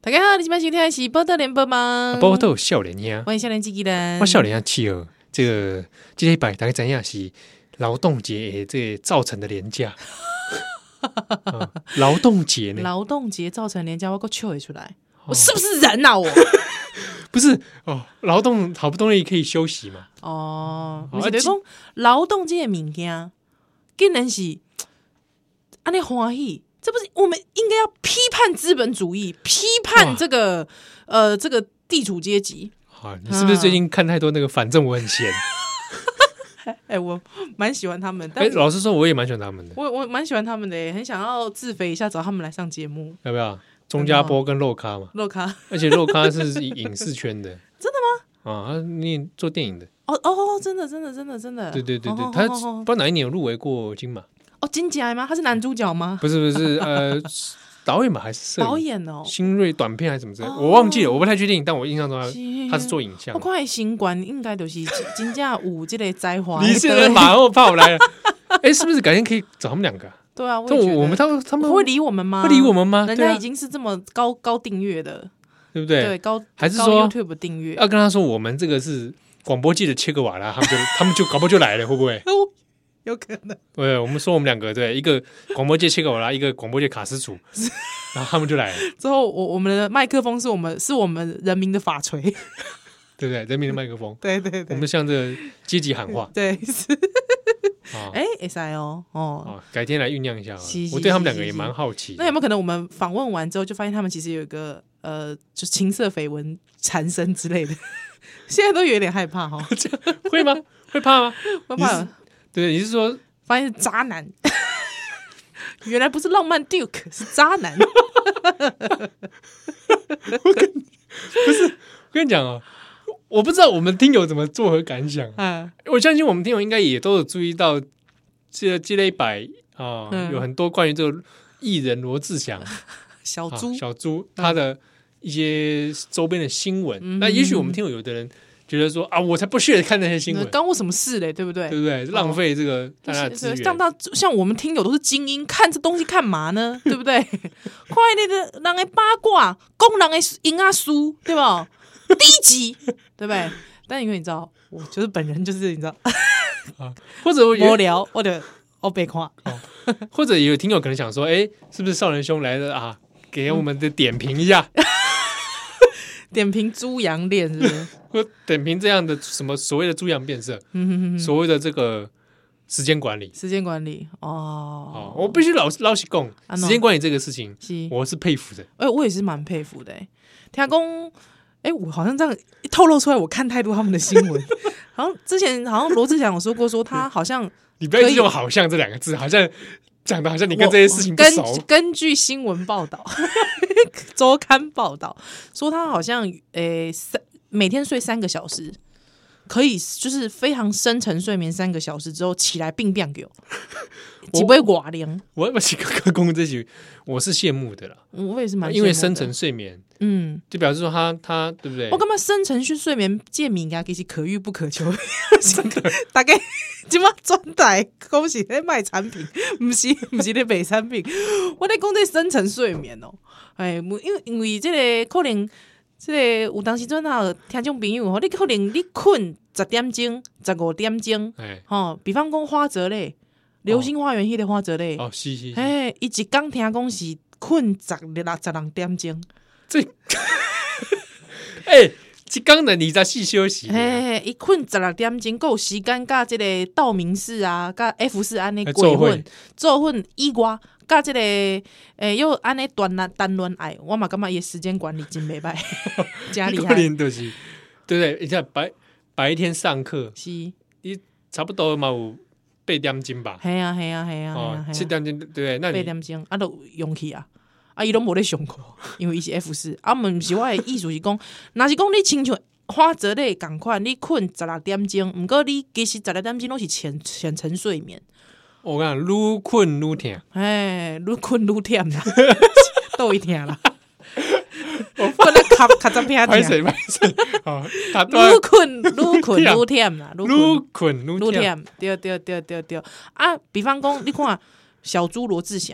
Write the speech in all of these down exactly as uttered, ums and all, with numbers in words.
大家好，你今晚收听的是《波特联播吗？ 波特少年兄， 欢迎少年机器人。 我少年兄企鹅，这个这礼拜大概怎样是劳动节这造成的廉价？劳、嗯、动节呢？ 劳动节造成廉价，我给我笑出来，哦、我是不是人啊？我不是哦，劳动好不容易可以休息嘛。 哦，不是就是讲劳动这个物件，竟然是安尼欢喜。这不是我们应该要批判资本主义，批判这个呃这个地主阶级。 啊，你是不是最近看太多那个反正我很闲？ 哎、欸，我蛮喜欢他们。但哎、欸，老实说，我也蛮喜欢他们的。 我我蛮喜欢他们的，很想要自肥一下，找他们来上节目， 要不要？钟家波跟肉咖嘛， 肉咖， 而且肉咖是影视圈的。 真的吗？啊，他你做电影的。 哦哦，真的真的真的真的。 对对对对，他不知道哪一年有入围过金马。哦， 金甲吗？他是男主角吗？ 不是不是，呃，导演吧还是摄影导演哦？ 新锐短片还是什么之类的，我忘记了，我不太确定。但我印象中他他是做影像。 我看新冠应该就是金甲有这个才华。 你现在马后炮来了，哎，是不是改天可以找他们两个？ 对啊，我我们他们他们会理我们吗？ 会理我们吗？ 人家已经是这么高高订阅的， 对不对？ 对，高还是说 YouTube 订阅？ 要跟他说我们这个是广播界的切格瓦拉，他们就他们就搞不好就来了，会不会？ 有可能， 对，我们说我们两个对，一个广播界切格瓦拉，一个广播界卡斯楚，然后他们就来了。 之后我我们的麦克风是我们是我们人民的法锤，对不对？人民的麦克风， 对对对， 我们向这个阶级喊话， 对是。哎 ，S I 哦哦， 改天来酝酿一下，我对他们两个也蛮好奇。 那有没有可能我们访问完之后，就发现他们其实有一个呃，就情色绯闻缠身之类的？现在都有点害怕哈， 会吗？会怕吗？ 会怕。 对，你是说发现是渣男？原来不是浪漫 Duke， 是渣男。 我跟不是，我跟你讲哦，我不知道我们听友怎么作何感想。嗯，我相信我们听友应该也都有注意到，这这类百啊，有很多关于这个艺人罗志祥、 小猪、 小猪他的一些周边的新闻。那也许我们听友有的人觉得说啊，我才不屑看那些新闻， 关我什么事嘞？对不对？ 对不对？浪费这个大家的资源。 像到像我们听友都是精英，看这东西干嘛呢？对不对？快那个人的八卦，讲人的赢啊输，对吧？第一集，对不对？但因为你知道，我就是本人就是你知道， 啊、或者我无聊，我就我被看、 哦，或者有听友可能想说，哎，是不是少年兄来了啊？给我们的点评一下。嗯点评猪羊恋是不是？ 或点评这样的什么所谓的猪羊变色，嗯、哼哼所谓的这个时间管理， 时间管理哦, 哦，我必须老老实讲，啊、时间管理这个事情，是我是佩服的。 哎、欸，我也是蛮佩服的、欸。听讲，哎、欸，我好像这样透露出来，我看太多他们的新闻。好像之前好像罗志祥有说过，说他好像你不要用“好像”这两个字，好像讲的好像你跟这些事情不熟。 根根据新闻报道。周刊报道说他好像诶、欸、每天睡三个小时，可以就是非常深沉睡眠三个小时之后起来并变给我，几杯寡凉。 我我是个公这些，我是羡慕的啦。 我也是蛮因为深层睡眠，嗯，就表示说他他对不对？ 我干嘛深层去睡眠界名啊？其实可遇不可求，真的。大概今晚转台恭喜在卖产品，不是不是在卖产品，我在讲这深层睡眠哦。哎，因为因为这个可能，这个有当时阵啊，听众朋友吼，你可能你困十点钟、十五点钟，哎，吼，比方讲花泽类、流星花园迄个花泽类， 哦，是是， 哎，伊一讲听讲是困十六、十两點鐘， 這哎，一講的二十四休息， 哎，伊困十六點鐘，夠時間甲這個道明寺啊，甲 F 四安尼過混做混以外，甲這個誒又安尼單單單戀愛，我嘛感覺伊時間管理真袂歹，真厲害。 就是對不對？你看白白天上課，是你差不多嘛有八點鐘吧？係啊係啊係啊，哦，七點鐘對，那你八點鐘啊都勇氣啊。啊，伊攏無咧上課，因為伊是 F 四。啊，毋是我的意思是講，若是講你親像花澤類共款，你困十六點鐘，毋過你其實十六點鐘攏是淺淺層睡眠。 我講愈困愈痛， 哎，愈困愈忝啦，都會痛啦。我困得卡卡扎片痛。 歹勢歹勢，哦， 愈困愈困愈忝啦， 愈困愈忝。對對對對對。啊，比方講，你看小豬羅志祥。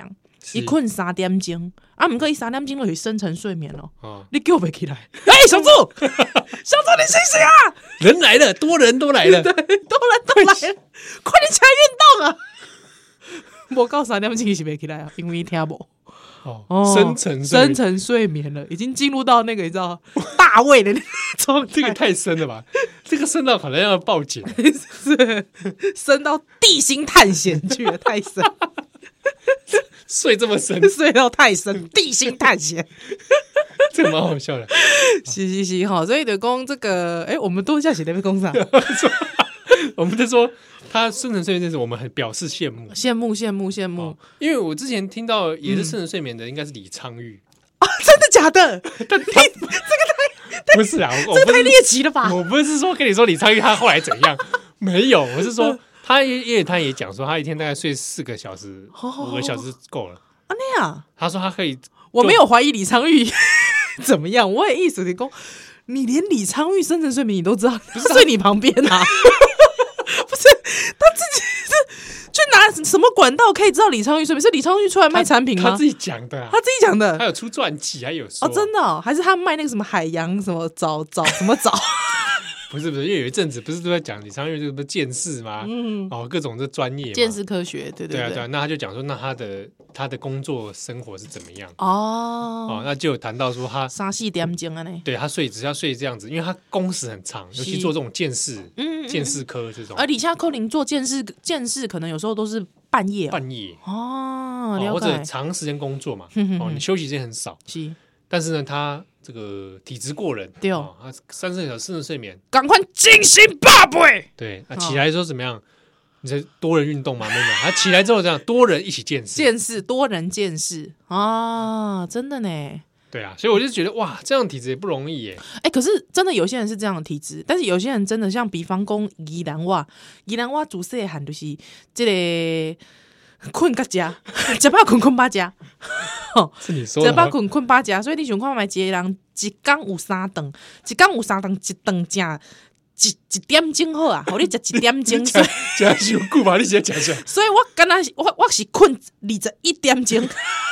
一困三点钟，啊，不过伊三点钟就深层睡眠了。哦，你叫不起来？哎、欸，小猪，小猪，你醒醒啊！ 人来了，多人都来了， 对，多人都来了，快点起来运动啊！我到三点钟是没起来啊，因为听不。 哦，深层深层睡眠了，已经进入到那个你知道大胃的那种， 这个太深了吧？这个深到可能要报警， 是深到地心探险去了，太深， 睡这么深， 睡到太深，地心探险， 这个蛮好笑的。 是是是哈，所以的公这个，哎、欸，我们都下写在公上， 我们在说。他深层睡眠这事，我们很表示羡慕， 羡慕，羡慕，羡慕、哦。 因为我之前听到也是深层睡眠的，应该是李昌钰啊，真的假的？ 但他这个太不是啊， 这个太猎奇了吧？ 我不是说跟你说李昌钰他后来怎样，没有，我是说他也因为他也讲说他一天大概睡四个小时、五个小时够了啊那样。 他说他可以， 我没有怀疑李昌钰怎么样，我也意思你讲，你连李昌钰深层睡眠你都知道，不是睡你旁边啊？不是他自己是去拿什么管道可以知道李昌钰睡眠？是李昌钰出来卖产品吗？ 他, 他自己讲的、啊， 他自己讲的。 他有出传记，还有说哦，真的、哦，还是他卖那个什么海洋什么藻藻什么藻？ 不是不是，因为有一阵子不是都在讲李昌钰这个不是鉴识吗？嗯，哦，各种的专业， 鉴识科学，对对 对, 对啊对啊。那他就讲说，那他的他的工作生活是怎么样？ 哦哦，那就有谈到说他三四点钟啊呢， 对他睡只要睡这样子，因为他工时很长，尤其做这种鉴识，嗯，鉴识科这种。 而李夏扣零做鉴识鉴识，可能有时候都是半夜、哦， 半夜哦， 哦或者长时间工作嘛，哦，你休息时间很少， 是。 但是呢，他这个体质过人， 对哦， 他三四个小时深层睡眠， 赶快精心八倍。 对，那起来之后怎么样？你是多人运动嘛？没有，他起来之后这样，多人一起见识， 见识，多人见识啊，真的呢。 对啊，所以我就觉得哇，这样的体质也不容易耶。 哎、欸，可是真的有些人是这样的体质，但是有些人真的像比方讲宜兰话，宜兰话主细汉就是这个。困甲食，食饱困困饱食， 是你说的。 食饱困困饱食，所以你想看卖一个人一天有三顿，一天有三顿，一顿食一一點鐘好啊，互你食一點鐘，所以食傷久吧？你先講講。 所以我敢若我我是困二十一點鐘，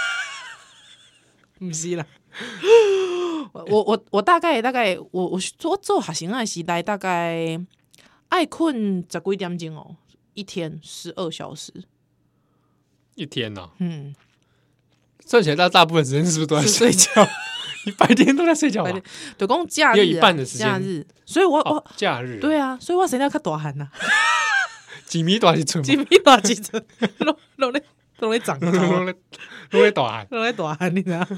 唔是啦。我我我大概大概我我我做學生的時代大概愛困十幾點鐘哦，一天十二小時。 一天呢、哦， 嗯， 算起来，大大部分时間是不是都在睡覺？你白天都在睡覺吧？ 就講假日、啊， 有一半的時間假日，所以我、哦、我假日， 對啊，所以我生了較大漢呐， 幾米大幾寸？ 幾米大幾寸？攏攏咧攏咧長高， 攏咧攏咧大漢， 攏咧大漢，你知道？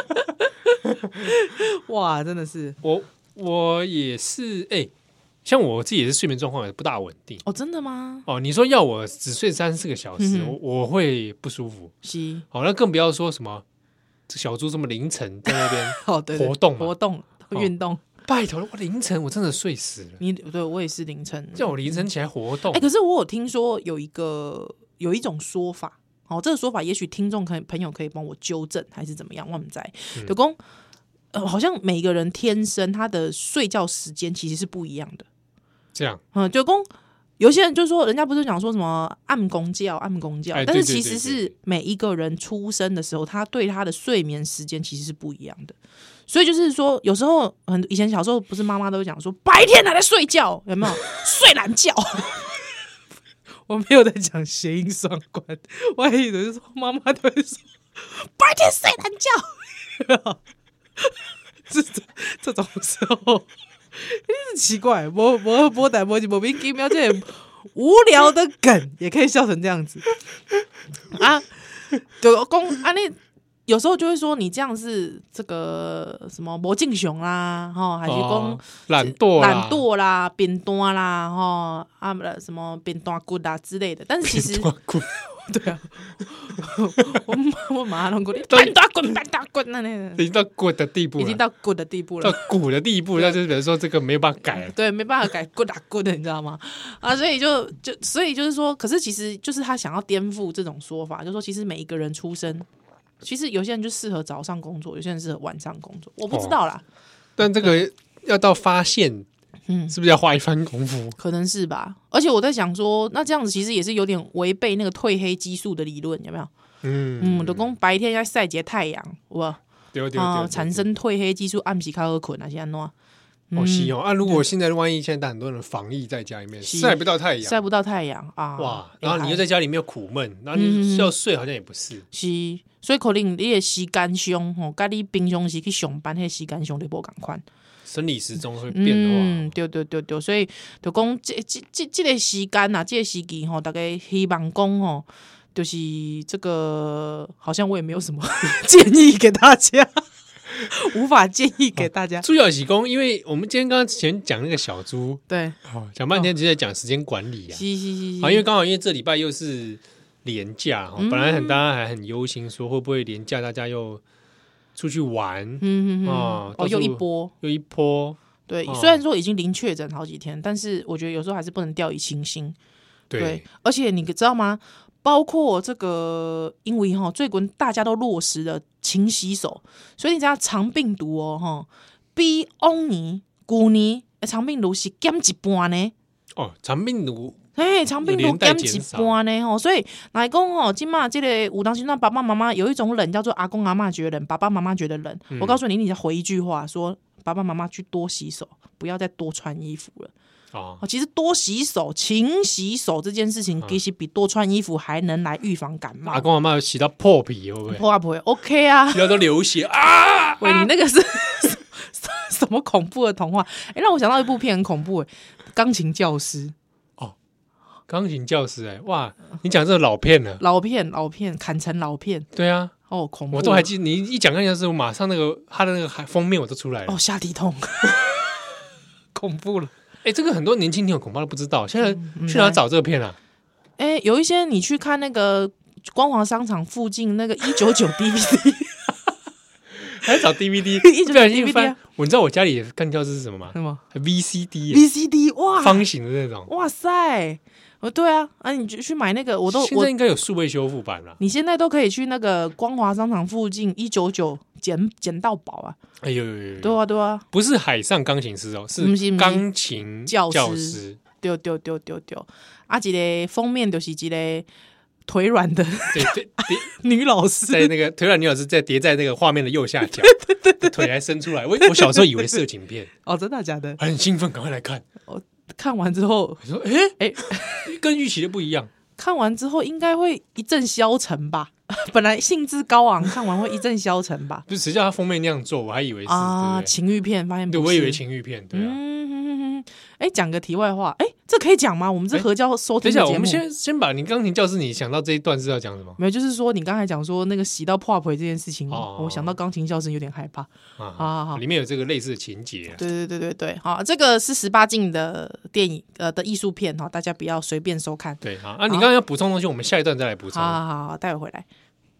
哇，真的是我我也是哎。欸像我自己也是睡眠状况也不大穩定哦，真的嗎？ 哦，你說要我只睡三四個小時，嗯、我我會不舒服。 是， 哦，那更不要說什麼小豬這麼凌晨在那邊哦，對對活動活動運動。 拜託，我凌晨我真的睡死了。 你對我也是凌晨， 叫我凌晨起來活動。 哎、欸，可是我有聽說有一個有一種說法，哦，這個說法也許聽眾可以朋友可以幫我糾正，還是怎麼樣？我不知道。就講呃，好像每個人天生他的睡覺時間其實是不一樣的。 這樣， 嗯，就公有些人就說，人家不是講說什麼暗公覺、暗公覺，但是其實是每一個人出生的時候，他對他的睡眠時間其實是不一樣的。所以就是說，有時候很以前小時候不是媽媽都會講說，白天還在睡覺，有沒有睡懶覺？我沒有在講諧音雙關，我還以為就是說媽媽都會說白天睡懶覺，這這種時候。你是奇怪，無無無代無誌莫名其妙，這些無聊的梗也可以笑成這樣子啊！就講啊，你有時候就會說你這樣是這個什麼魔鏡熊啦，哈，還是講懶惰懶惰啦、扁擔啦，哈啊什麼扁擔骨啊之類的。但是其實對啊，我我馬上講你扁擔骨、扁擔骨那那已經到骨的地步了， 已經到骨的地步了， 到骨的地步，那就是比如說這個沒辦法改了， 對，沒辦法改骨啊骨的，你知道嗎？啊，所以就就所以就是說，可是其實就是他想要顛覆這種說法，就是說其實每一個人出生，其實有些人就適合早上工作，有些人適合晚上工作，我不知道啦。哦、 但這個要到發現。嗯，是不是要花一番功夫？ 可能是吧。而且我在想說，那這樣子其實也是有點違背那個褪黑激素的理論，有沒有？ 嗯嗯，就讲白天要晒节太阳，有无？ 对对啊， 对， 产生褪黑激素，暗时较好困啊，是安怎？ 哦，是哦啊！如果现在万一现在很多人防疫在家里面是晒不到太阳， 晒不到太阳啊， 哇！然后你又在家里面又苦闷，然后嗯你要睡好像也不是， 是，所以可能你的时间上吼，甲你平常时去上班迄时间上就无共款， 生理时钟会变化。 嗯，对对对对，所以就讲这这这这个时间啊，这个时期吼，大概希望讲吼，就是这个好像我也没有什么建议给大家。无法建议给大家。 主要是讲，因为我们今天刚刚前讲那个小猪， 对， 哦，讲半天就在讲时间管理啊。 是是是， 好，因为刚好因为这礼拜又是连假， 嗯本来很大家还很忧心，说会不会连假大家又出去玩， 嗯嗯嗯， 哦， 哦，又一波， 又一波。 对， 哦虽然说已经零确诊好几天，但是我觉得有时候还是不能掉以轻心。 对， 对，而且你知道吗？包括这个，因为哈，最近大家都落实了勤洗手，所以你知道肠病毒哦，哈，比往年、去年的肠病毒是减一半呢。 哦，肠病毒， 哎，肠病毒减一半呢，吼，所以来讲吼，今嘛这个有当时让爸爸妈妈有一种冷叫做阿公阿嬷觉得冷，爸爸妈妈觉得冷。嗯、我告诉你，你再回一句话说，爸爸妈妈去多洗手，不要再多穿衣服了。哦，其实多洗手、勤洗手这件事情，其实比多穿衣服还能来预防感冒。 阿公阿嬷洗到破皮会不会？ 破啊不会 ，OK 啊， 洗到都流血啊！ 喂，你那个是什么恐怖的童话？哎、欸，让我想到一部片很恐怖，哎，钢琴教师。 哦，钢琴教师，哎，哇，你讲这个老片了， 老片，老片，砍成老片。 对啊， 哦，恐怖， 我都还记得，你一讲钢琴教师，我马上那个他的那个封面我都出来了。 哦，下体痛，恐怖了。 哎、欸，这个很多年轻听友恐怕都不知道，现在去哪找这个片啊？ 哎、欸，有一些你去看那个光华商场附近那个一九九 D V D， 还找 D V D， 一九九 D V D 啊！ 我你知道我家里钢琴教师是什么吗？ 什么 V C D？V C D 哇， 方形的那种。 哇塞！哦，对啊，啊，你就去买那个，我都现在应该有数位修复版了。 你现在都可以去那个光华商场附近一九九捡捡到宝啊！ 哎呦呦呦， 对啊对啊， 不是海上钢琴师哦，是钢琴教师。 对对对对对，啊，一个封面就是一个腿软的对对女老师， 在那个腿软女老师在叠在那个画面的右下角，对对对，腿还伸出来。我我小时候以为色情片哦，真的假的？ 很兴奋，赶快来看。 哦，看完之后， 我说，哎哎，跟预期的不一样。 看完之后应该会一阵消沉吧？本来兴致高昂，看完会一阵消沉吧？ 不是，实际上他封面那样做，我还以为是啊情欲片，发现不是， 对，我以为情欲片，对啊。 嗯，哎，讲个题外话，哎，这可以讲吗？我们这合交收听的节目， 我们先先把你钢琴教师，你想到这一段是要讲什么？ 没有，就是说你刚才讲说那个洗到破腿这件事情，哦、我想到钢琴教师有点害怕啊。好好，里面有这个类似的情节、啊。 对对对对对，好，这个是十八禁的电影呃的艺术片哈，大家不要随便收看。 对，好啊，你刚刚要补充东西，我们下一段再来补充。 好好好，好，待会回来。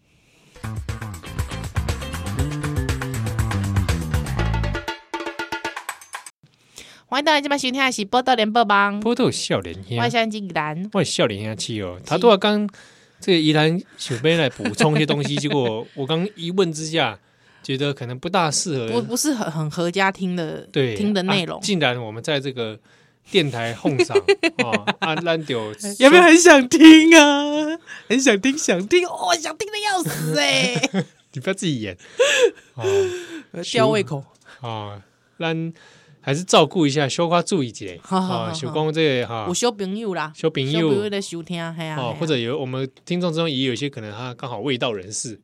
欢迎大家今晚收听的是《报道联播网》， 报道少年兄， 我是宜兰， 我是少年兄气哦。他都要刚这个宜兰想要来补充一些东西，结果我刚一问之下，觉得可能不大适合， 不不是很很合家听的，对听的内容、 啊。竟然我们在这个电台哄上啊，安兰丢有没有很想听啊？很想听，想听哦，想听的要死哎、欸！ 你不要自己演啊， 吊胃口啊，咱。还是照顾一下，小可注意一下啊！小光这个哈， 有小朋友啦， 小朋友小朋友在收听，系啊， 哦，或者有我们听众之中也有一些可能他刚好卫道人士，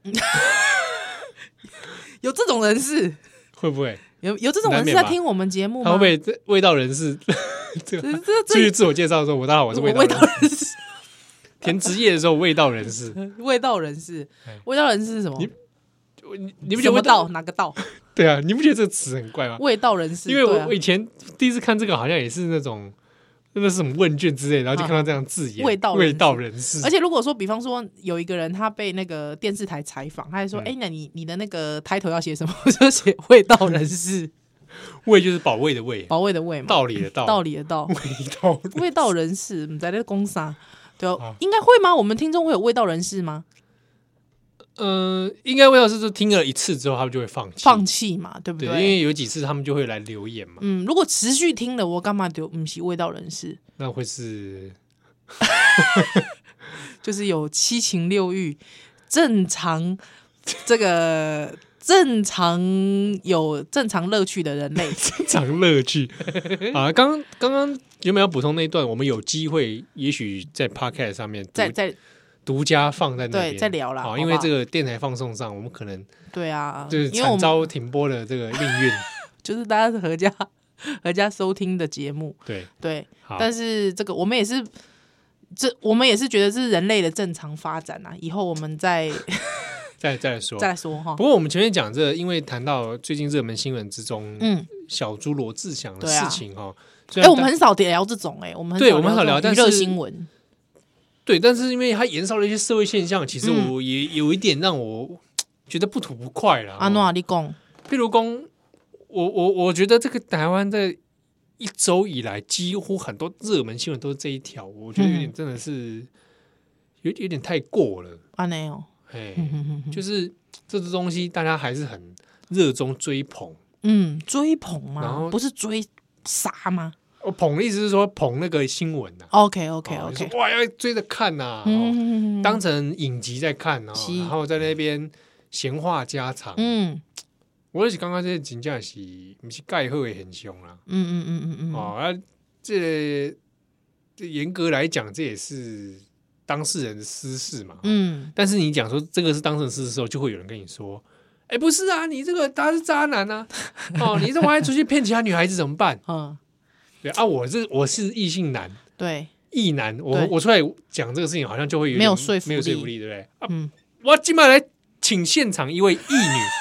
有这种人士会不会有有这种人士在听我们节目吗？ 他会不会卫道人士这个出去自我介绍的时候，我大家好，我是卫道人士。填职业的时候，卫道人士， 卫道人士，卫道人士是什么？ 你你你不觉得道哪个道？ 对啊，你不觉得这个词很怪吗？ 卫道人士， 因为我、啊、我以前第一次看这个，好像也是那种那是什么问卷之类，然后就看到这样字眼， 卫道卫道人士。 而且如果说，比方说有一个人他被那个电视台采访，他还说：“哎、嗯欸，那你你的那个 title 要写什么？”我就写卫道人士。 卫就是保卫的卫， 保卫的卫嘛， 道理的道， 道理的道， 卫道卫道人士，你在那公啥？对、啊，应该会吗？我们听众会有卫道人士吗？ 嗯、呃，应该卫道人士听了一次之后，他们就会放弃， 放弃嘛，对不对？ 对，因为有几次他们就会来留言嘛。 嗯，如果持续听了，我干嘛就不是卫道人士？ 那会是， 就是有七情六欲。 正常这个正常有正常乐趣的人类， 正常乐趣啊！刚刚刚刚有没有补充那一段？我们有机会，也许在 Podcast 上面在在独家放在那边， 对，再聊啦。 好，因为这个电台放送上，我们可能对啊， 就是惨遭停播的这个命运， 就是大家是合家合家收听的节目， 对对。但是这个我们也是，这我们也是觉得是人类的正常发展啊。以后我们再再再说再说哈。 不过我们前面讲这，因为谈到最近热门新闻之中，嗯，小猪罗志祥的事情哈， 哎，我们很少聊这种，哎，我们对我们很少聊娱乐新闻。 对，但是因为它延烧了一些社会现象，其实我也有一点让我觉得不吐不快啦。 阿诺，你讲， 譬如讲，我我我觉得这个台湾在一周以来，几乎很多热门新闻都是这一条，我觉得有点真的是有有点太过了。 安内哦， 哎，就是这个东西大家还是很热衷追捧， 嗯，追捧嘛， 然后不是追杀吗？ 我捧的意思是说捧那个新闻呐、 啊。OK OK OK，、 哦、哇，要追着看呐、啊嗯哦，当成影集在看哦，然后在那边闲话家常。嗯，我也是刚刚这真正是不是盖好的现象啦。嗯嗯嗯嗯嗯。哦，啊，这这严格来讲，这也是当事人的私事嘛。嗯，但是你讲说这个是当事人私事的时候，就会有人跟你说。哎，不是啊，你这个他是渣男啊！哦，你这玩意出去骗其他女孩子怎么办？嗯，对啊，我是我是异性男， 对， 异男，我我出来讲这个事情，好像就会有没有说服力， 没有说服力，对不对？啊、嗯，我今晚来请现场一位异女，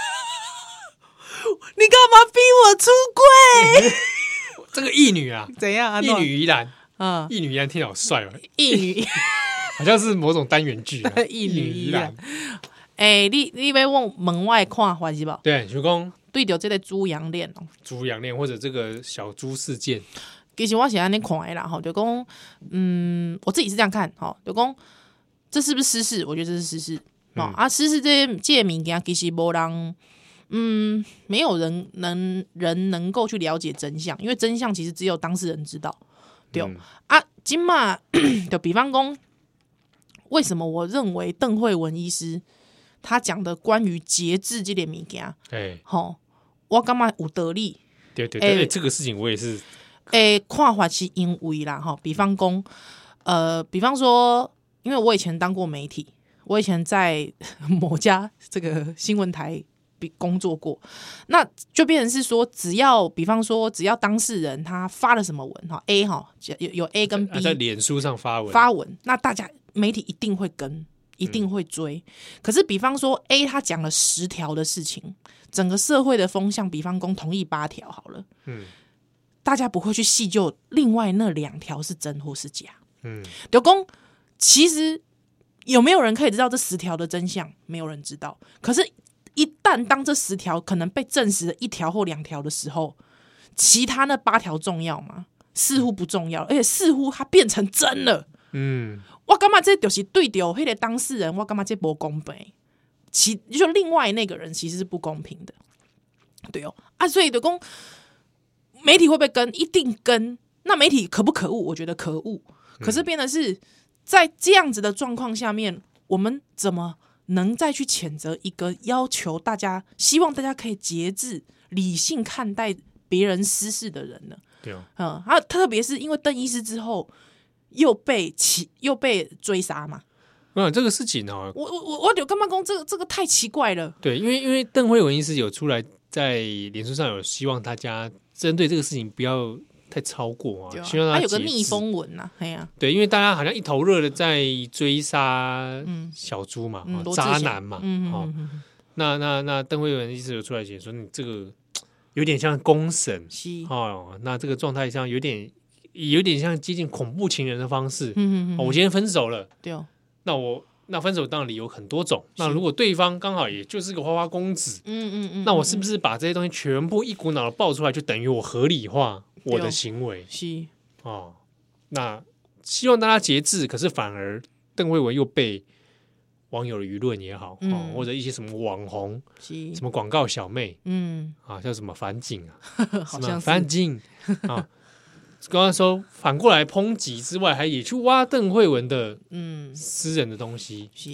你干嘛逼我出柜？ 这个异女啊， 怎样啊？ 异女宜兰，嗯，异女宜兰听起来好帅哦， 异女好像是某种单元剧啊， 异女宜兰。哎、欸，你你要往门外看，还是不？ 对，就讲对着这个猪羊恋哦， 猪羊恋或者这个小猪事件， 其实我是安尼看的啦，吼，就讲，嗯，我自己是这样看，吼，就讲这是不是私事？我觉得这是私事，哦、嗯、啊，私事这些这些物件其实无人，嗯，没有人能人能够去了解真相，因为真相其实只有当事人知道，对、嗯、啊，今嘛就比方讲，为什么我认为邓惠文医师？他讲的关于节制这点物件，哎，吼，我感觉有道理。 对对对，欸、这个事情我也是， 诶、欸，看法是因为啦，哈，比方讲，呃，比方说，因为我以前当过媒体，我以前在某家这个新闻台工作过，那就变成是说，只要比方说，只要当事人他发了什么文哈 ，A 哈有有 A 跟 B 在脸书上发文发文，那大家媒体一定会跟。一定会追，嗯、可是比方说 A 他讲了十条的事情，整个社会的风向，比方说同意八条好了，嗯，大家不会去细究另外那两条是真或是假，嗯，就讲其实有没有人可以知道这十条的真相？没有人知道。可是，一旦当这十条可能被证实了一条或两条的时候，其他那八条重要吗？似乎不重要，而且似乎它变成真了，嗯。我感觉这就是对着那个当事人，我感觉这不公平。其就另外那个人其实是不公平的，对哦啊，所以就讲媒体会不会跟？一定跟。那媒体可不可恶？我觉得可恶。可是变的是在这样子的状况下面，我们怎么能再去谴责一个要求大家、希望大家可以节制、理性看待别人私事的人呢？ 对哦， 嗯，啊，特别是因为邓医师之后。又被起又被追杀嘛？ 嗯，这个事情哦， 我我我我有干嘛讲这个这个太奇怪了。 对，因为因为邓惠文医师有出来在脸书上有希望大家针对这个事情不要太超过啊，希望他有个逆风文呐、啊，哎呀、啊， 对，因为大家好像一头热的在追杀小猪嘛，嗯哦、渣男嘛，嗯哦，嗯那那那邓惠文医师有出来解说，你这个有点像公审哦，那这个状态上有点。有点像接近恐怖情人的方式。嗯嗯嗯哦、我今天分手了，对哦。那我那分手当然理由很多种。那如果对方刚好也就是个花花公子，嗯嗯嗯，那我是不是把这些东西全部一股脑的爆出来，就等于我合理化我的行为？是哦。那希望大家节制，可是反而邓惠文又被网友的舆论也好，嗯、哦，或者一些什么网红，什么广告小妹，嗯啊，叫什么反景啊， 好像是反景啊。刚刚说反过来抨击之外，还也去挖邓惠文的嗯私人的东西，是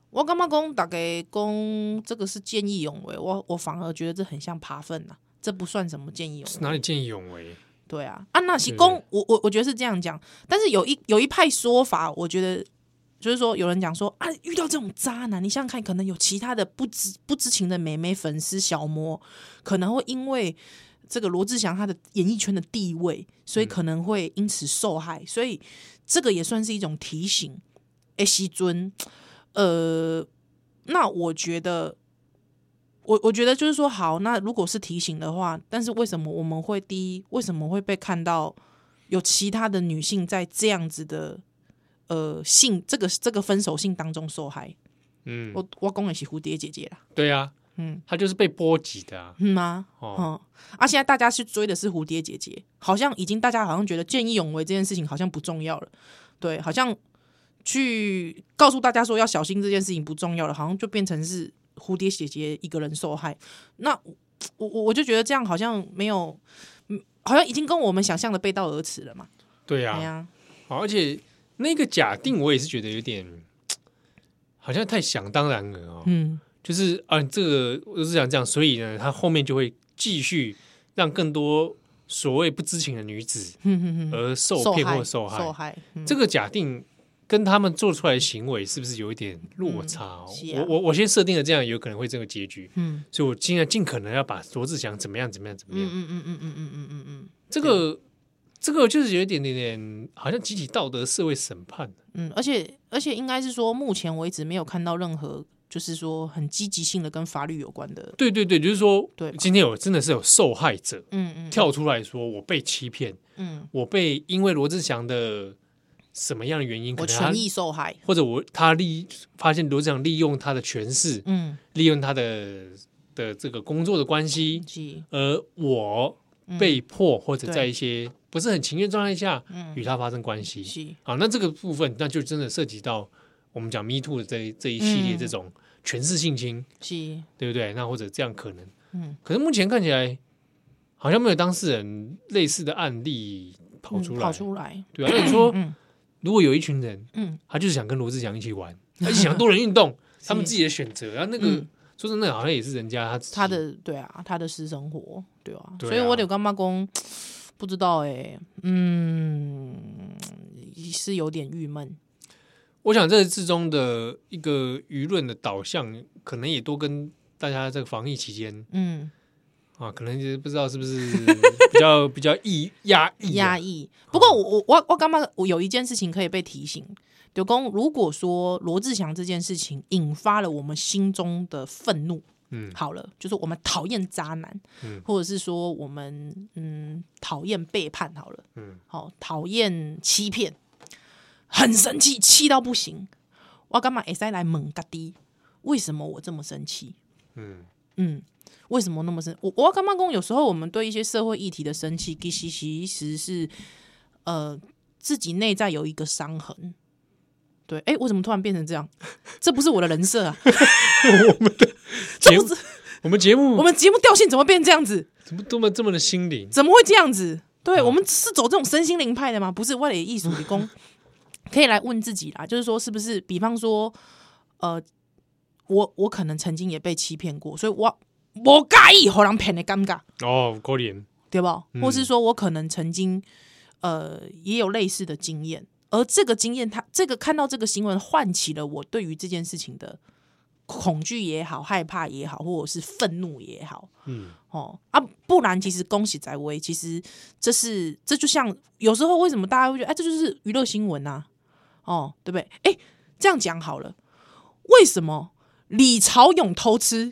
我干嘛讲大概讲这个是见义勇为，我我反而觉得这很像扒粪呐，这不算什么见义勇为。 哪里见义勇为？ 对啊，啊那是公，我我我觉得是这样讲，但是有一有一派说法，我觉得就是说有人讲说啊，遇到这种渣男，你想想看，可能有其他的不知不知情的美眉粉丝小魔，可能会因为这个罗志祥他的演艺圈的地位，所以可能会因此受害，嗯、所以这个也算是一种提醒。哎，西尊，呃，那我觉得。我我觉得就是说，好，那如果是提醒的话，但是为什么我们会第一，为什么会被看到有其他的女性在这样子的呃性这个这个分手信当中受害？嗯，我我讲的是蝴蝶姐姐啦。 对啊，嗯，她就是被波及的啊。 嗯吗？哦，嗯、啊，现在大家去追的是蝴蝶姐姐，好像已经大家好像觉得见义勇为这件事情好像不重要了，对，好像去告诉大家说要小心这件事情不重要了，好像就变成是。蝴蝶姐姐一个人受害，那我我我就觉得这样好像没有，好像已经跟我们想象的背道而驰了嘛。 对呀、啊，啊，好，而且那个假定我也是觉得有点，好像太想当然了哦。嗯，就是啊，这个我是想这样，所以呢，他后面就会继续让更多所谓不知情的女子而受骗或受害。 受害，嗯、 这个假定。跟他们做出来的行为是不是有一点落差、哦嗯啊？我我我先设定了这样有可能会这个结局，嗯，所以我尽量尽可能要把罗志祥怎么样怎么样怎么样，嗯嗯嗯嗯嗯嗯嗯嗯嗯，这个这个就是有一点点点好像集体道德社会审判， 嗯，而且而且应该是说，目前为止没有看到任何就是说很积极性的跟法律有关的， 对对对，就是说，对，今天有真的是有受害者，嗯嗯，跳出来说我被欺骗，嗯，我被因为罗志祥的。什么样的原因？ 我权益受害， 或者我他利发现罗志祥利用他的权势，嗯，利用他的的这个工作的关系，而我被迫、嗯、或者在一些不是很情愿状态下，嗯，与他发生关系，好，那这个部分那就真的涉及到我们讲 Me Too 的这这一系列这种权势性侵，是，对不对？那或者这样可能，嗯，可是目前看起来好像没有当事人类似的案例跑出来，嗯、 跑出来， 对啊，那你说。嗯如果有一群人，嗯，他就是想跟罗志祥一起玩，他就想多人运动，他们自己的选择，然后那个、嗯、说真的，好像也是人家他他的对啊，他的私生活，对啊，对啊，所以我得干妈公不知道哎、欸，嗯，是有点郁闷。 我想这之中的一个舆论的导向，可能也都跟大家这个防疫期间，嗯。啊，可能就是不知道是不是比较比较抑压抑压抑。不过我我我刚刚我有一件事情可以被提醒，就公如果说罗志祥这件事情引发了我们心中的愤怒，嗯，好了，就是我们讨厌渣男，嗯，或者是说我们嗯讨厌背叛，好了，嗯，好讨厌欺骗，很生气，气到不行。我干嘛会使来问家己，为什么我这么生气？嗯嗯。为什么那么生？我我刚刚讲，有时候我们对一些社会议题的生气，其实是呃自己内在有一个伤痕。对，哎，我怎么突然变成这样？这不是我的人设啊！ 我们的节目，我们节目， 我们节目调性怎么变这样子？ 怎么这么这么的心灵？ 怎么会这样子？对、哦、我们是走这种身心灵派的吗？不是，为了艺术理工，可以来问自己啦，就是说，是不是？比方说，呃，我我可能曾经也被欺骗过，所以我。我介意互人骗的尴尬哦，可怜对吧、嗯？或是说我可能曾经呃也有类似的经验，而这个经验，他这个看到这个新闻，唤起了我对于这件事情的恐惧也好、害怕也好，或者是愤怒也好，嗯，哦啊，不然其实恭喜在威，其实这是这就像有时候为什么大家会觉得哎，这就是娱乐新闻啊，哦，对不对？哎，这样讲好了，为什么李朝勇偷吃？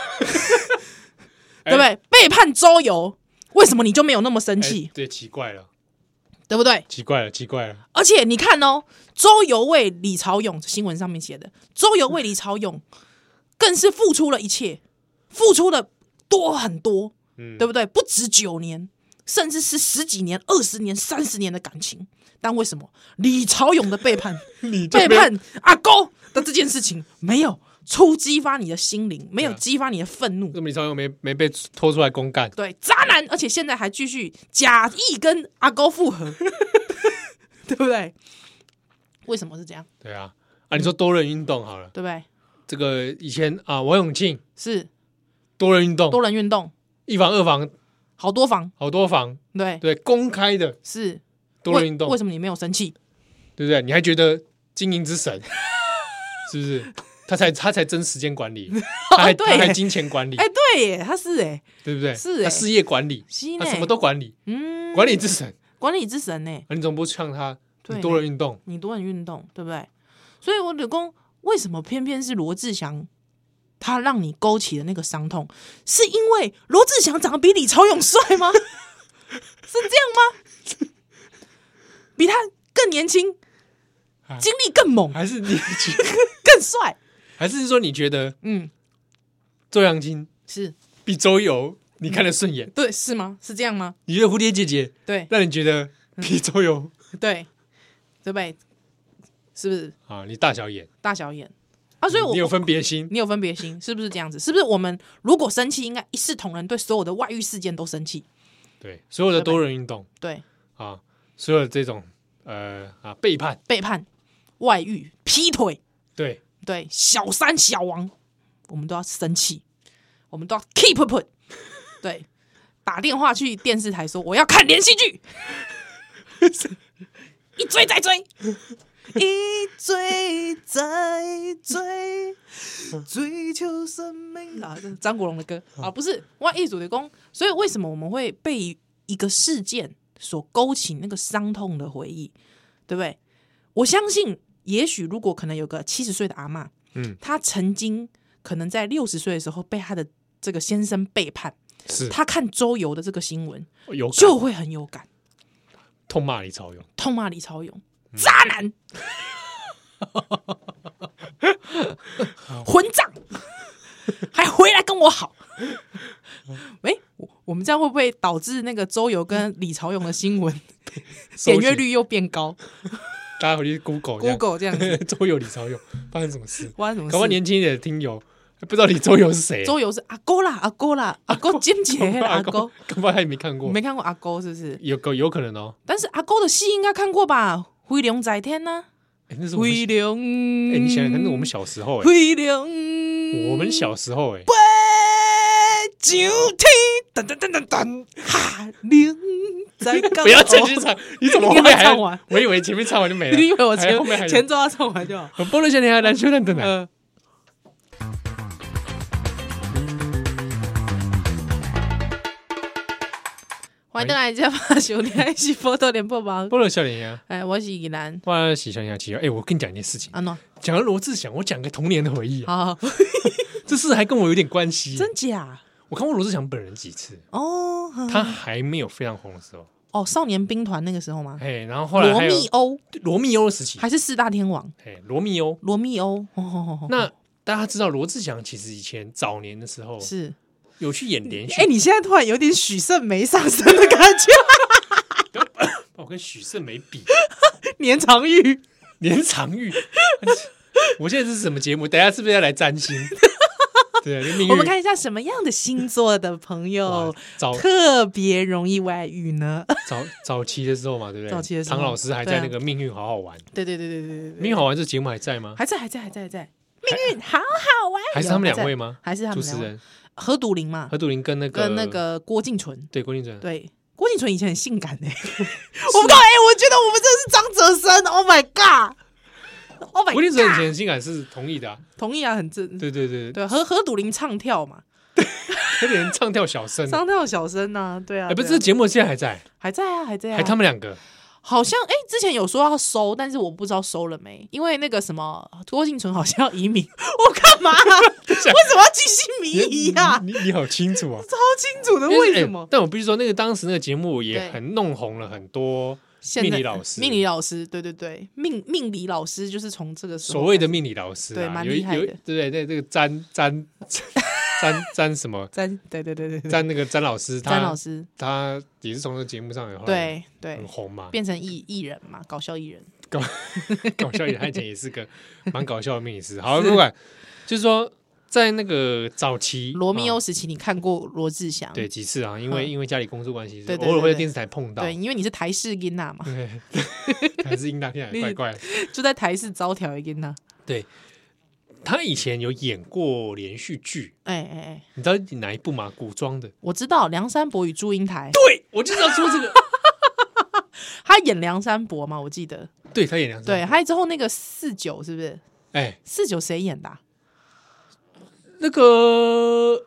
对不对？背叛周游，为什么你就没有那么生气？ 对，奇怪了， 对不对？ 奇怪了，奇怪了。 而且你看哦，周游为李朝勇新闻上面写的，周游为李朝勇更是付出了一切，付出了多很多，嗯，对不对？不止九年，甚至是十几年、二十年、三十年的感情，但为什么李朝勇的背叛、背叛阿勾的这件事情没有？触激发你的心灵，没有激发你的愤怒。 那么李朝勇没没被拖出来公干？ 对，渣男，而且现在还继续假意跟阿高复合，对不对？为什么是这样？ 对啊，啊，你说多人运动好了， 对不对？ 这个以前啊，王永庆是多人运动， 多人运动， 一房二房好多房， 好多房， 对对，公开的是多人运动， 为什么你没有生气？ 对不对？你还觉得经营之神是不是？他才他才真时间管理，他还对他还金钱管理， 哎、对耶，他是哎， 对不对？ 是欸他事业管理， 是呢他什么都管理， 嗯， 管理之神。 管理之神呢？ 啊你怎么不呛他？ 对你多人运动， 你多人运动，对不对？所以我就讲，为什么偏偏是罗志祥，他让你勾起的那个伤痛，是因为罗志祥长得比李朝永帅吗？是这样吗？比他更年轻， 啊精力更猛， 还是你觉得更帅？ 还是说你觉得嗯， 周扬青是比周游你看得顺眼？ 对，是吗？是这样吗？ 你觉得蝴蝶姐姐对让你觉得比周游对，对不对？是不是啊？你大小眼大小眼啊？所以我你有分别心， 你有分别心，是不是这样子？是不是我们如果生气，应该一视同仁，对所有的外遇事件都生气？ 对所有的多人运动对， 啊，所有的这种呃啊背叛， 背叛、外遇、劈腿， 对对，小三、小王，我们都要生气，我们都要 keep put， 对，打电话去电视台说我要看连续剧，一追再追，一追再追，追求生命啊！这是张国荣的歌啊，不是我艺术的功。所以为什么我们会被一个事件所勾起那个伤痛的回忆，对不对？我相信，也许如果可能有个七十岁的阿嬷， 嗯， 她曾经可能在六十岁的时候被她的这个先生背叛， 是她看周游的这个新闻有感就会很有感， 痛骂李朝勇， 痛骂李朝勇。渣男，混账，还回来跟我好。喂、我我们这样会不会导致那个周游跟李朝勇的新闻点阅率又变高大家回去 Google 这样 ？Google 这样子， 周游李朝勇发生什么事？ 发生什么搞不好事？ 年轻一点的听友不知道李周游是谁， 周游是阿勾啦，阿勾啦，阿勾尖姐的阿勾， 搞不好他也没看过， 你没看过阿勾是不是？ 有有有可能哦。 但是阿勾的戏应该看过吧？飞龙在天呢、 哎，那是我们飞龙， 哎，你想想看，那是我们小时候哎， 飞龙， 我们小时候哎， 上天，噔噔噔噔噔，哈灵在高。 不要继续唱，你怎么后面你要还唱完？ 我以为前面唱完就没了， 你以为我前还后面还有前奏要唱完就好？ 我菠萝小女孩篮球蛋蛋奶， 呃，欢迎登来这把兄弟一起波多连播吧。 菠萝小女孩， 哎，我是宜兰， 哇，喜欢下去哎，我跟你讲一件事情， 阿诺， 讲到罗志祥，我讲个童年的回忆啊， 好，好这事还跟我有点关系。 真假？ 我看过罗志祥本人几次， 哦，呵他还没有非常红的时候， 哦，少年兵团那个时候吗？ 哎，然后后来罗还有密欧罗密欧的时期， 还是四大天王？ 哎，罗密欧。 罗密欧，哦哦哦哦那大家知道罗志祥其实以前早年的时候是。 有去演连续， 哎、你现在突然有点许胜梅上身的感觉， 我跟许胜梅比， 年长玉连长玉。我现在是什么节目？等一下是不是要来占星？对，命运我们看一下什么样的星座的朋友哇早特别容易外遇呢？ 早早期的时候嘛，对不对？ 早期的时候唐老师还在那个《命运好好玩》， 对对对对对对对， 命运好玩这节目还在吗？ 还在还在还在还在，命运好好玩， 还是他们有两位吗？ 还是他们两位？ 主持人何笃林嘛， 何笃林跟那个跟那个郭敬淳， 对郭敬淳， 对。郭敬淳以前很性感哎、欸，我不告哎，我觉得我们真的是张哲生 ，Oh my god，Oh my god， 郭敬淳以前性感是同意的啊， 同意啊，很正， 对对对对，何何笃林唱跳嘛， 有点唱跳小生， 唱跳小生呐、啊，对啊， 哎，不是， 对啊这节目现在还在， 还在啊，还在啊， 还他们两个， 好像哎、之前有说要收，但是我不知道收了没，因为那个什么郭敬淳好像要移民，我干嘛、啊？为什么要继续迷移呀、啊？ 你你好清楚啊， 超清楚的，为什么？ 欸但我必须说，那个当时那个节目也对很弄红了很多现在命理老师， 命理老师，对对对，命命理老师就是从这个时候所谓的命理老师对啊，有一蛮厉害的有对对对，这个詹詹詹詹什么詹，对对对对对， 詹那个詹老师，他詹老师， 他也是从这个节目上有对对很，红嘛， 变成艺艺人嘛，搞笑艺人， 搞搞笑演，他以前也是个蛮搞笑的命理师。好，不管就是说，在那个早期罗密欧啊时期，你看过罗志祥？ 对几次啊，因为嗯因为家里工作关系， 对对对对偶尔会在电视台碰到， 对，因为你是台式音娜嘛， 对，还是英大天还怪怪的。 就在台式招条一音娜， 对， 他以前有演过连续剧， 哎哎哎， 你知道哪一部吗？古装的， 我知道梁山伯与祝英台， 对我就是要说这个， 他演梁山伯嘛，我记得， 对他演梁山伯， 对，还有之后那个四九是不是？ 哎， 四九谁演的、啊？ 那个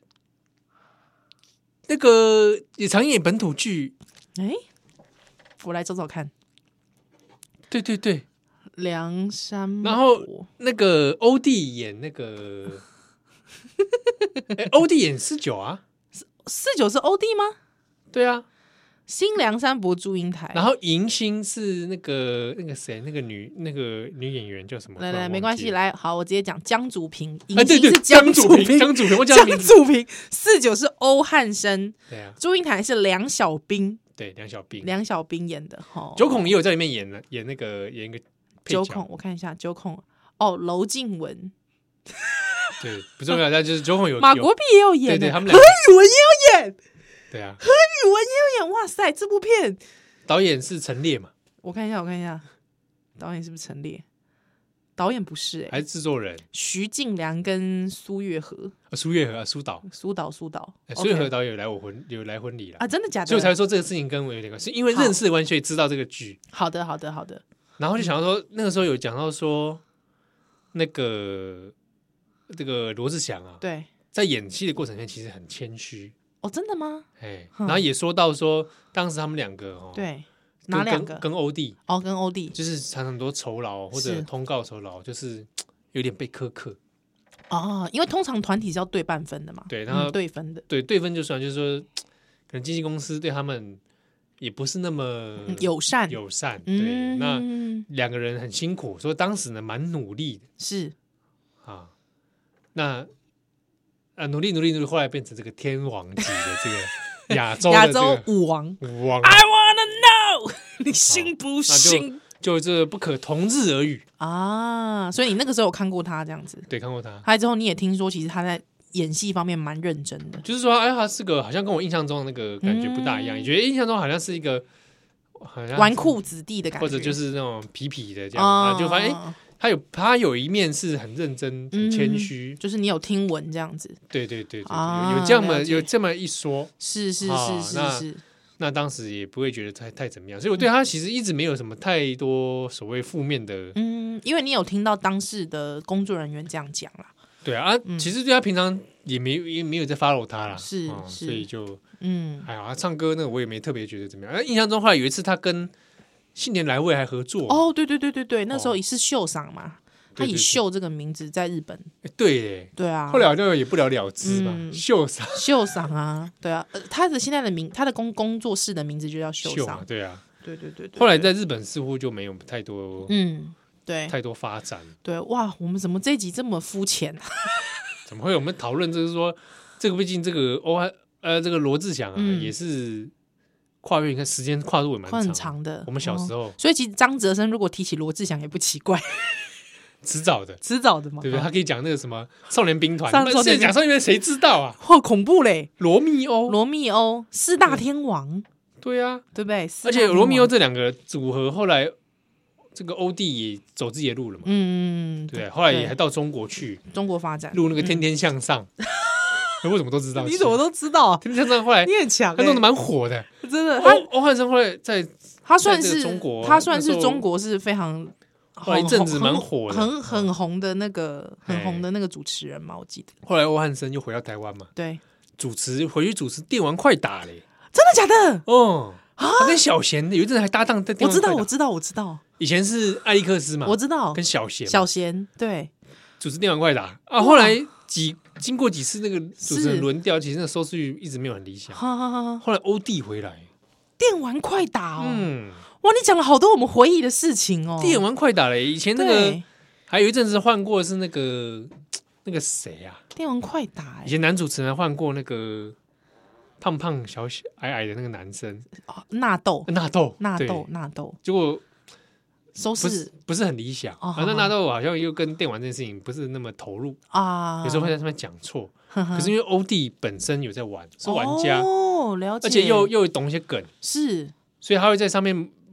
那个也常演本土剧， 哎，我来找找看。 对对对， 梁山伯， 然后那个欧弟演那个，哎，欧弟演四九啊， 四九是欧弟吗？ 对啊， 新梁山伯祝英台， 然后迎新是那个那个谁，那个女那个女演员叫什么？ 来来，没关系，来，好，我直接讲江祖平，迎啊，对对， 新是江祖平， 江祖平，我讲江祖平，四九是欧汉声， 对啊， 祝英台是梁小冰， 对，梁小冰， 梁小冰演的哈， 九孔也有在里面演了，演那个演一个九孔，我看一下九孔，哦，娄静雯， 对，不重要，但就是九孔有马国碧也有演， 对对，他们俩何宇文也有演， 对啊， 何宇文也有演，哇塞，这部片导演是陈烈嘛？ 我看一下，我看一下，导演是不是陈烈？导演不是、欸， 还是制作人？ 徐静良跟苏月和， 啊苏月和啊，苏导， 苏导，苏导， 欸苏月和 OK 导演有来我婚有来婚礼了啊，真的假的？ 所以我才说这个事情跟我有点关系，是因为认识的关系，所以知道这个剧。 好的，好的，好的。 然后就想到说，那个时候有讲到说，那个这个罗志祥啊， 对， 在演戏的过程中其实很谦虚， 哦，真的吗？ 哎， 嗯然后也说到说，当时他们两个哦， 对， 跟哪两个？ 跟跟欧弟， 哦，跟欧弟。 就是常常很多酬劳或者是通告酬劳，就是有点被苛刻。 哦，因为通常团体是要对半分的嘛， 对然后嗯对分的， 对对分就算，就是说，可能经纪公司对他们也不是那么嗯友善， 友善。对， 嗯， 那两个人很辛苦，所以当时呢蛮努力的是啊。那啊努力努力努力，后来变成这个天王级的这个亚洲亚的这个洲舞王舞王， ，I wanna know，你信不信？ 就这不可同日而语啊！所以你那个时候有看过他这样子， 对，看过他。 还之后你也听说，其实他在演戏方面蛮认真的， 就是说，哎，他是个好像跟我印象中的那个感觉不大一样， 嗯你觉得印象中好像是一个好像纨绔子弟的感觉， 或者就是那种痞痞的这样，啊、就发现哎，他有他有一面是很认真、很谦虚、 嗯，就是你有听闻这样子， 对对对对对， 啊有有这么了解有这么一说， 是是啊是是那是， 那当时也不会觉得太太怎么样，所以我对他其实一直没有什么太多所谓负面的， 嗯，因为你有听到当事的工作人员这样讲啦， 对啊，啊其实对他平常也没也没有在 follow 他啦， 是嗯是所以就嗯， 还好，他唱歌那个我也没特别觉得怎么样，啊印象中后来有一次他跟信年来未还合作， 哦，对对对对对，那时候也是秀赏嘛。他以对对对秀这个名字在日本， 欸对耶， 对啊， 后来好像也不了了之嘛， 嗯秀赏秀赏啊，对啊，呃他的现在的名，他的工工作室的名字就叫秀秀嘛赏，， 对啊。 对对对对。 后来对在日本似乎就没有太多嗯，对太多发展， 对，哇，我们怎么这一集这么肤浅啊？ 怎么会？我们讨论就是说，这个毕竟这个欧汉呃这个罗志祥啊， 嗯也是跨越，你看时间跨度也蛮很长， 长的。 我们小时哦， 候所以其实张哲生如果提起罗志祥也不奇怪， 迟早的， 迟早的嘛， 对不对？ 哦他可以讲那个什么少年兵团，那上少年现在讲少年兵团谁知道啊？ 好恐怖嘞！ 罗密欧， 罗密欧四大天王， 对啊， 对不对？ 而且罗密欧这， 这两个组合后来。这个欧弟也走自己的路了嘛， 嗯， 对不对？后来也还到中国去中国发展录那个《天天向上》，我怎么都知道？ 你怎么都知道啊？ 天天向上后来你很强， 他弄得蛮火的， 真的。他欧欧汉声后来在他算是在这个中国他算是那时候中国是非常后来一阵子蛮火的很很红的那个很红的那个主持人嘛，我记得。 后来欧汉声又回到台湾嘛， 对， 主持回去主持电玩快打嘞， 真的假的？ 哦，他跟小贤有一阵还搭档在电我知道， 玩快打， 我知道，我知道， 以前是艾利克斯嘛， 我知道， 跟小贤嘛小贤对， 主持电玩快打啊，后来几经过几次那个主持人轮调，其实那个收视率一直没有很理想。 哈哈哈。 后来欧弟回来， 电玩快打哦， 嗯， 哇，你讲了好多我们回忆的事情哦。 电玩快打嘞，以前那个对还有一阵子换过是那个那个谁啊？ 电玩快打， 以前男主持人换过那个胖胖小小矮矮的那个男生哎，纳豆， 纳豆，对纳豆，纳豆， 结果收视不是不是很理想。 哦反正纳豆好像又跟电玩这件事情不是那么投入， 啊， 有时候会在上面讲错。 可可是因为欧弟本身有在玩，是玩家， 哦，了解， 而且又又懂一些梗， 是所以他会在上面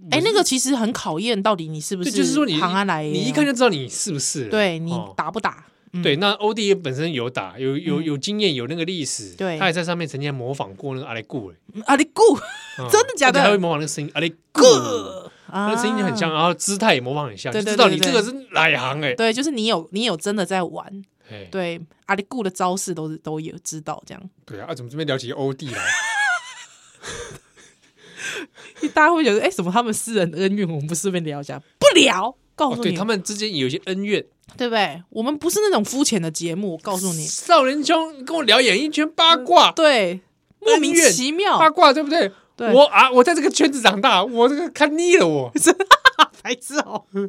哎、欸，那个其实很考验到底你是不是就是说你行安来的， 你一看就知道你是不是， 对你打不打？哦嗯、对，那欧弟本身有打，有有有经验，有那个历史， 对， 他也在上面曾经模仿过那个阿里固， 阿里固，真的假的？ 他会模仿那个声音，阿里固，那个声音就很像，然后姿态也模仿很像，就知道你这个是哪一行哎、欸。 对，就是你有你有真的在玩，对，阿里固的招式都是都有知道这样。 对啊，啊怎么这边聊起欧弟来？ 大家会觉得，哎、欸，什么他们私人恩怨，我们不顺便聊一下？不聊，告诉你、 哦，对他们之间有一些恩怨， 对不对？我们不是那种肤浅的节目，我告诉你， 少年兄跟我聊演艺圈八卦， 对，莫名其妙八卦，对不对？ 对， 我啊，我在这个圈子长大，我这个看腻了我， 我白痴哦，干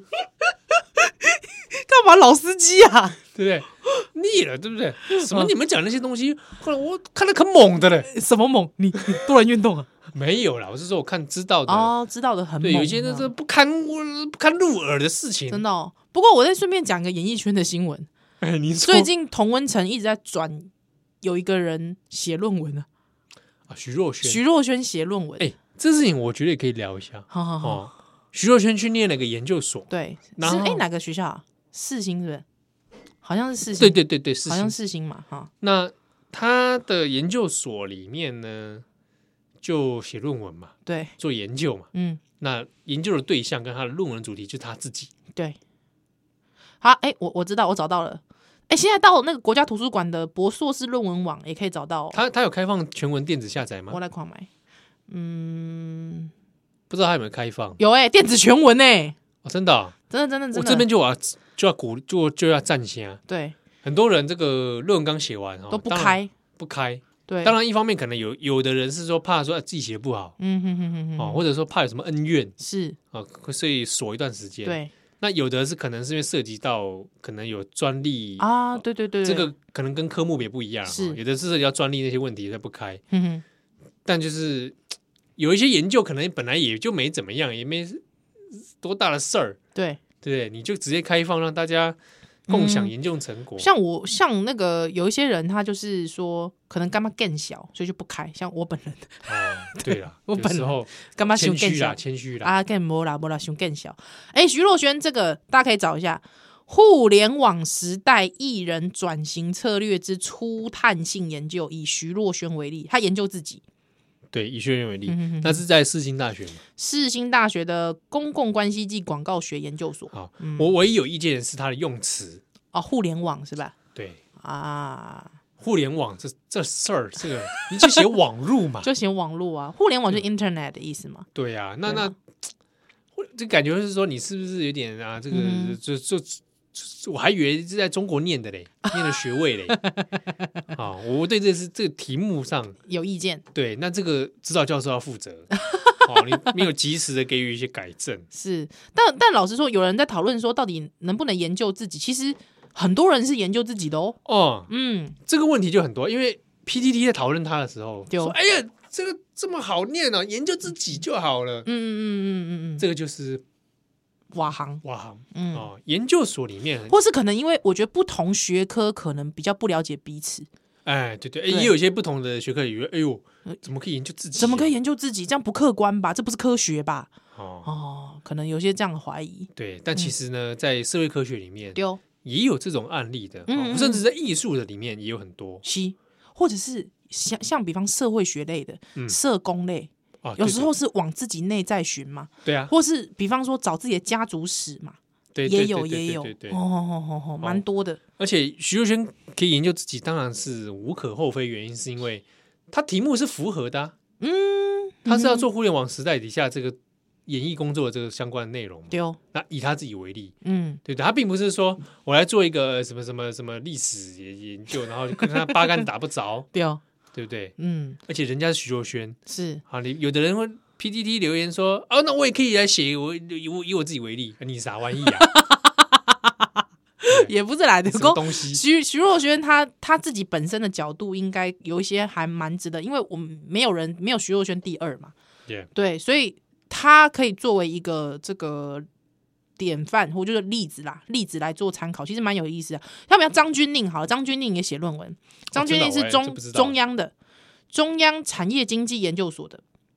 嘛老司机啊？ 对不对？腻了，对不对？什么你们讲那些东西，后来我看得可猛的了， 什么猛？你你多人运动啊？ 没有啦，我是说我看知道的哦，知道的很猛， 对，有一些那这不堪不堪入耳的事情， 真的、哦。不过我再顺便讲个演艺圈的新闻， 哎，你说最近同温层一直在转，有一个人写论文了啊，徐若瑄， 徐若瑄写论文， 哎，这事情我觉得也可以聊一下。 好好好， 哦、徐若瑄去念了个研究所， 对，是哎哪个学校啊？世新是不是？好像是世新， 对对对对， 好像世新嘛哈。 那他的研究所里面呢，就写论文嘛， 对， 做研究嘛， 嗯， 那研究的对象跟他的论文主题就是他自己， 对。好，哎，我我知道，我找到了。哎，现在到那个国家图书馆的博硕士论文网也可以找到、哦。 他他有开放全文电子下载吗？ 我来看买。嗯， 不知道他有没有开放？ 有哎、欸，电子全文哎、欸哦，真的、啊， 真的真的真的。 我这边就要就要鼓就就要赞先。 对， 很多人这个论文刚写完都不开不开。 对， 当然一方面可能有有的人是说怕说、啊、自己写的不好， 嗯哼哼哼哼， 哦，或者说怕有什么恩怨是啊、哦，所以锁一段时间。 对。 那有的是可能是因为涉及到可能有专利啊，对对对， 这个可能跟科目也不一样， 是有的是涉及到专利那些问题才不开。 嗯哼， 但就是有一些研究可能本来也就没怎么样，也没多大的事儿， 对对不对？你就直接开放让大家共享研究成果。 嗯、像我像那个有一些人，他就是说可能干嘛更小，所以就不开。像我本人， 哦，对了， 我本人干嘛谦虚啦，谦虚啦啊，更没啦没啦，熊更小。哎，徐若瑄这个大家可以找一下，互联网时代艺人转型策略之初探性研究，以徐若瑄为例，他研究自己。 对，以学员为例， 嗯、哼哼那是在世新大学嘛？ 世新大学的公共关系暨广告学研究所。 好，嗯、我唯一有意见的是他的用词哦，互联网是吧？ 对啊， 互联网这这事儿，这个你就写网路嘛， 就写网路啊，互联网就是 internet 的意思嘛。 对啊，那那这感觉是说你是不是有点啊？这个、嗯、就就。我还以为是在中国念的嘞，念的学位嘞。啊，我对这是这个题目上有意见。 对，那这个指导教授要负责。哦，你没有及时的给予一些改正。 是，但但老实说，有人在讨论说，到底能不能研究自己？其实很多人是研究自己的哦。 哦，嗯，这个问题就很多，因为 P T T 在讨论他的时候说：“哎呀，这个这么好念啊，研究自己就好了。”嗯嗯嗯嗯嗯嗯，这个就是。 瓦行， 瓦行，嗯、哦，研究所里面， 或是可能因为我觉得不同学科可能比较不了解彼此， 哎，对对，也有一些不同的学科以为，哎呦，怎么可以研究自己、啊？ 怎么可以研究自己？这样不客观吧？这不是科学吧？哦哦，可能有些这样的怀疑。 对，但其实呢，嗯、在社会科学里面， 丢也有这种案例的，嗯哦、甚至在艺术的里面也有很多， 是，或者是像像比方社会学类的、嗯、社工类。 哦、 有时候是往自己内在寻嘛， 对啊， 或是比方说找自己的家族史嘛， 对， 也有也有，哦哦哦，蛮多的。 而且徐若瑄可以研究自己，当然是无可厚非，原因是因为他题目是符合的、啊，嗯，他是要做互联网时代底下这个演艺工作的这个相关的内容， 对哦。 那以他自己为例，嗯，对对，他并不是说我来做一个什么什么什么历史研究，然后跟他八竿子打不着， 对哦。 对不对？嗯，而且人家是徐若瑄， 是啊，你有的人会 P T T 留言说，哦，那我也可以来写，我以我以我自己为例，你啥玩意啊？ 也不是来的， 什么东西？ 徐徐若瑄她她自己本身的角度，应该有一些还蛮值得，因为我们没有人没有徐若瑄第二嘛， yeah. 对，所以她可以作为一个这个典范或就是例子啦，例子来做参考，其实蛮有意思的。要不要张钧甯好了？张钧甯也写论文，张钧甯是中、哦、中央的中央产业经济研究所的，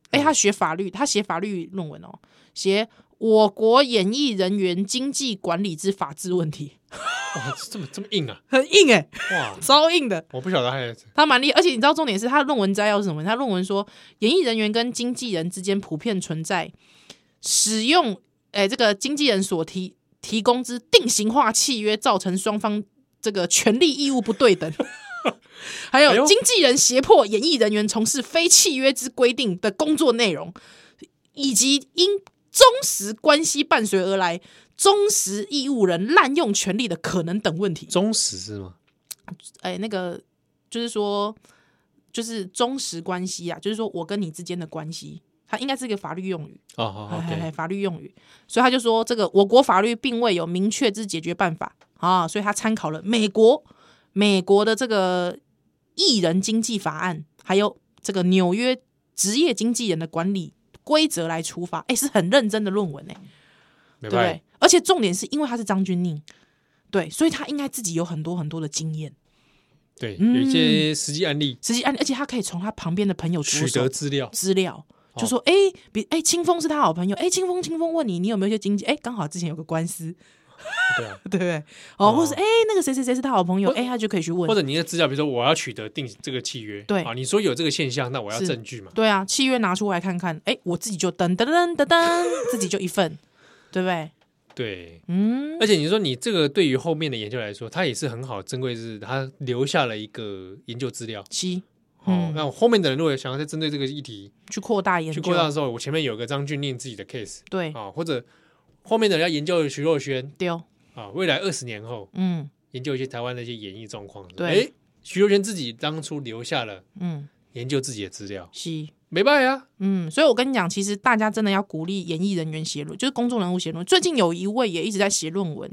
哎、欸，他学法律，他写法律论文哦，写我国演艺人员经济管理之法治问题。 哇，这么这么硬啊， 很硬哎、欸， 哇， 超硬的。 我不晓得还他蛮厉害，而且你知道重点是他的论文摘要是什么？他论文说，演艺人员跟经纪人之间普遍存在使用哎、欸、这个经纪人所提提供之定型化契约，造成双方这个权利义务不对等。还有经纪人胁迫演艺人员从事非契约之规定的工作内容，以及因忠实关系伴随而来忠实义务人滥用权利的可能等问题。 忠实是吗？ 哎，那个就是说，就是忠实关系啊，就是说我跟你之间的关系，它应该是一个法律用语哦，好 ，OK， 法律用语，所以他就说，这个我国法律并未有明确之解决办法啊，所以他参考了美国美国的这个艺人经济法案，还有这个纽约职业经纪人的管理规则来出发，哎，是很认真的论文哎，对不对？而且重点是因为他是张钧甯，对，所以他应该自己有很多很多的经验， 对，有一些实际案例， 实际案例，而且他可以从他旁边的朋友取得资料， 资料就说，哎、哦，比哎，清风是他好朋友，哎，清风清风问你，你有没有一些经济？哎，刚好之前有个官司。 对啊， 对不对？哦，或是哎、欸，那个谁谁谁是他好朋友，哎、欸，他就可以去问。 或者你的资料，比如说我要取得定这个契约， 对啊，你说有这个现象，那我要证据嘛？ 对啊，契约拿出来看看，哎、欸，我自己就噔噔噔噔噔，自己就一份，对不对？ 对， 嗯。 而且你说你这个对于后面的研究来说，它也是很好珍贵，是它留下了一个研究资料。 七， 哦，那、嗯、后面的人如果想要再针对这个议题去扩大研究， 去扩大的时候，我前面有个张钧甯自己的 case， 对啊，或者后面的人要研究徐若瑄， 对哦。 啊，未来二十年后，嗯，研究一些台湾的一些演艺状况。 对， 哎，徐若瑄自己当初留下了，嗯，研究自己的资料， 是没办法啊， 嗯，所以我跟你讲，其实大家真的要鼓励演艺人员写论，就是公众人物写论。最近有一位也一直在写论文，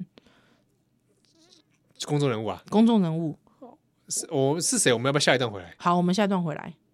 公众人物啊， 公众人物是我是谁？我们要不要下一段回来？ 好，我们下一段回来。